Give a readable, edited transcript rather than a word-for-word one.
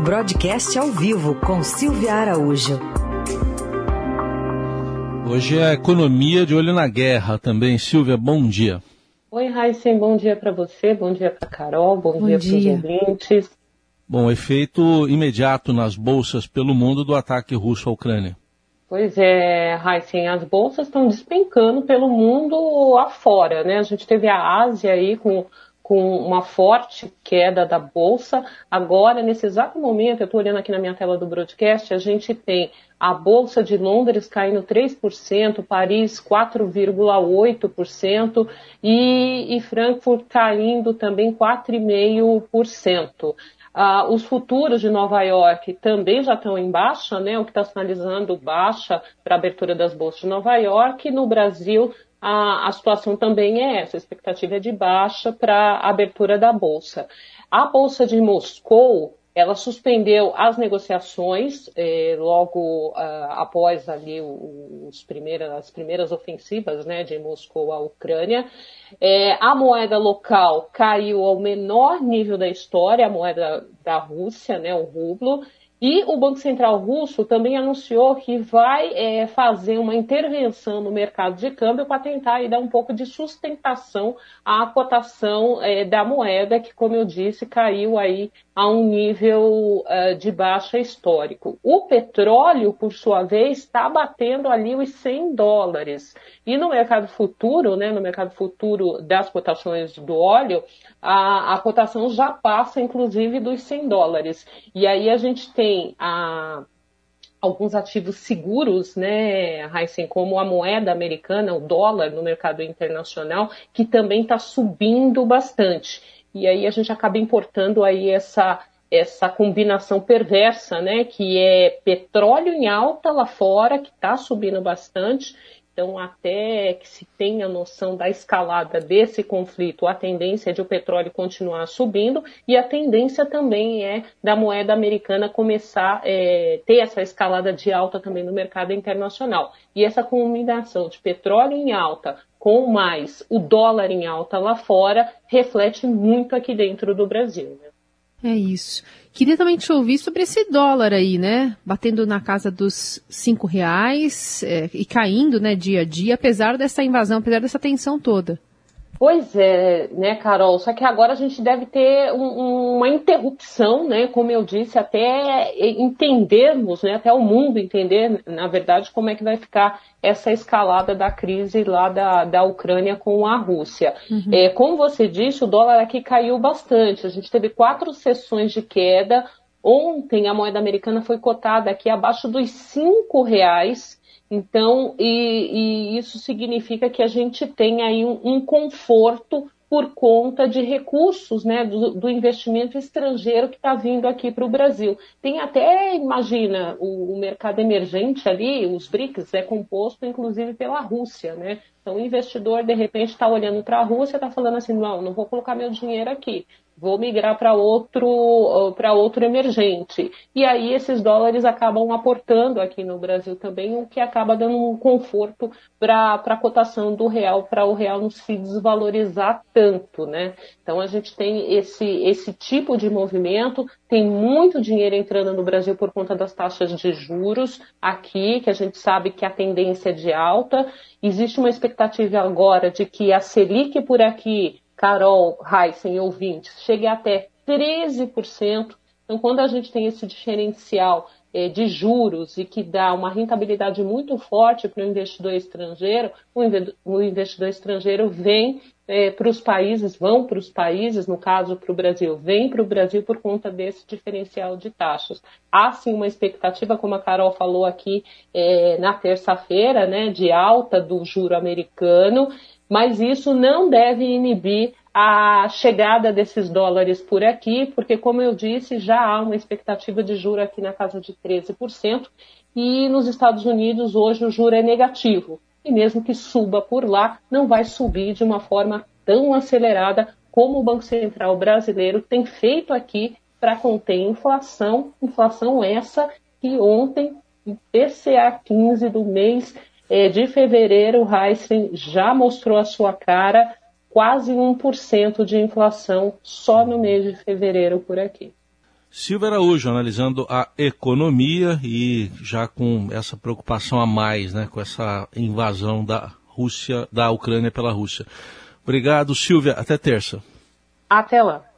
Broadcast ao vivo com Silvia Araújo. Hoje é a economia de olho na guerra também. Silvia, bom dia. Oi, Raíssen, bom dia para você, bom dia para Carol, bom dia para os ouvintes. Bom, efeito imediato nas bolsas pelo mundo do ataque russo à Ucrânia. Pois é, Raíssen, as bolsas estão despencando pelo mundo afora, né? A gente teve a Ásia aí com uma forte queda da bolsa. Agora, nesse exato momento, eu estou olhando aqui na minha tela do broadcast, a gente tem a Bolsa de Londres caindo 3%, Paris 4,8% e Frankfurt caindo também 4,5%. Os futuros de Nova York também já estão em baixa, né? O que está sinalizando baixa para a abertura das bolsas de Nova York. No Brasil, a situação também é essa, a expectativa é de baixa para a abertura da bolsa. A Bolsa de Moscou, ela suspendeu as negociações logo após ali as primeiras ofensivas, né, de Moscou à Ucrânia. A moeda local caiu ao menor nível da história, a moeda da Rússia, né, o rublo. E o Banco Central russo também anunciou que vai fazer uma intervenção no mercado de câmbio para tentar dar um pouco de sustentação à cotação da moeda, que, como eu disse, caiu aí a um nível de baixa histórico. O petróleo, por sua vez, está batendo ali os $100. E no mercado futuro, né, no mercado futuro das cotações do óleo, a cotação já passa, inclusive, dos $100. E aí a gente tem alguns ativos seguros, né, Raíssen, como a moeda americana, o dólar no mercado internacional, que também está subindo bastante. E aí a gente acaba importando aí essa combinação perversa, né, que é petróleo em alta lá fora, que está subindo bastante. Então, até que se tenha noção da escalada desse conflito, a tendência é de o petróleo continuar subindo e a tendência também é da moeda americana começar a ter essa escalada de alta também no mercado internacional. E essa combinação de petróleo em alta com mais o dólar em alta lá fora reflete muito aqui dentro do Brasil, né? É isso. Queria também te ouvir sobre esse dólar aí, né? Batendo na casa dos R$5 e caindo, né, dia a dia, apesar dessa invasão, apesar dessa tensão toda. Pois é, né, Carol? Só que agora a gente deve ter uma interrupção, né? Como eu disse, até entendermos, né? Até o mundo entender, na verdade, como é que vai ficar essa escalada da crise lá da Ucrânia com a Rússia. Uhum. Como você disse, o dólar aqui caiu bastante. A gente teve 4 sessões de queda. Ontem a moeda americana foi cotada aqui abaixo dos R$5. Então, e isso significa que a gente tem aí um conforto por conta de recursos, né, do investimento estrangeiro que está vindo aqui para o Brasil. Tem até, imagina, o mercado emergente ali, os BRICS, é composto inclusive pela Rússia, né? Então, o investidor, de repente, está olhando para a Rússia e está falando assim, não vou colocar meu dinheiro aqui. Vou migrar para outro emergente. E aí esses dólares acabam aportando aqui no Brasil também, o que acaba dando um conforto para a cotação do real, para o real não se desvalorizar tanto, né? Então a gente tem esse tipo de movimento, tem muito dinheiro entrando no Brasil por conta das taxas de juros aqui, que a gente sabe que a tendência é de alta. Existe uma expectativa agora de que a Selic por aqui, Carol, Raíssen, ouvintes, chegue até 13%. Então, quando a gente tem esse diferencial de juros e que dá uma rentabilidade muito forte para o investidor estrangeiro, o investidor estrangeiro vem para os países, no caso para o Brasil, vem para o Brasil por conta desse diferencial de taxas. Há sim uma expectativa, como a Carol falou aqui na terça-feira, né, de alta do juro americano, mas isso não deve inibir a chegada desses dólares por aqui, porque, como eu disse, já há uma expectativa de juro aqui na casa de 13%, e nos Estados Unidos hoje o juro é negativo. E mesmo que suba por lá, não vai subir de uma forma tão acelerada como o Banco Central brasileiro tem feito aqui para conter inflação essa que ontem, o PCA 15 do mês de fevereiro, o Raíssen já mostrou a sua cara, quase 1% de inflação só no mês de fevereiro por aqui. Silvia Araújo, analisando a economia e já com essa preocupação a mais, né, com essa invasão da Ucrânia pela Rússia. Obrigado, Silvia. Até terça. Até lá.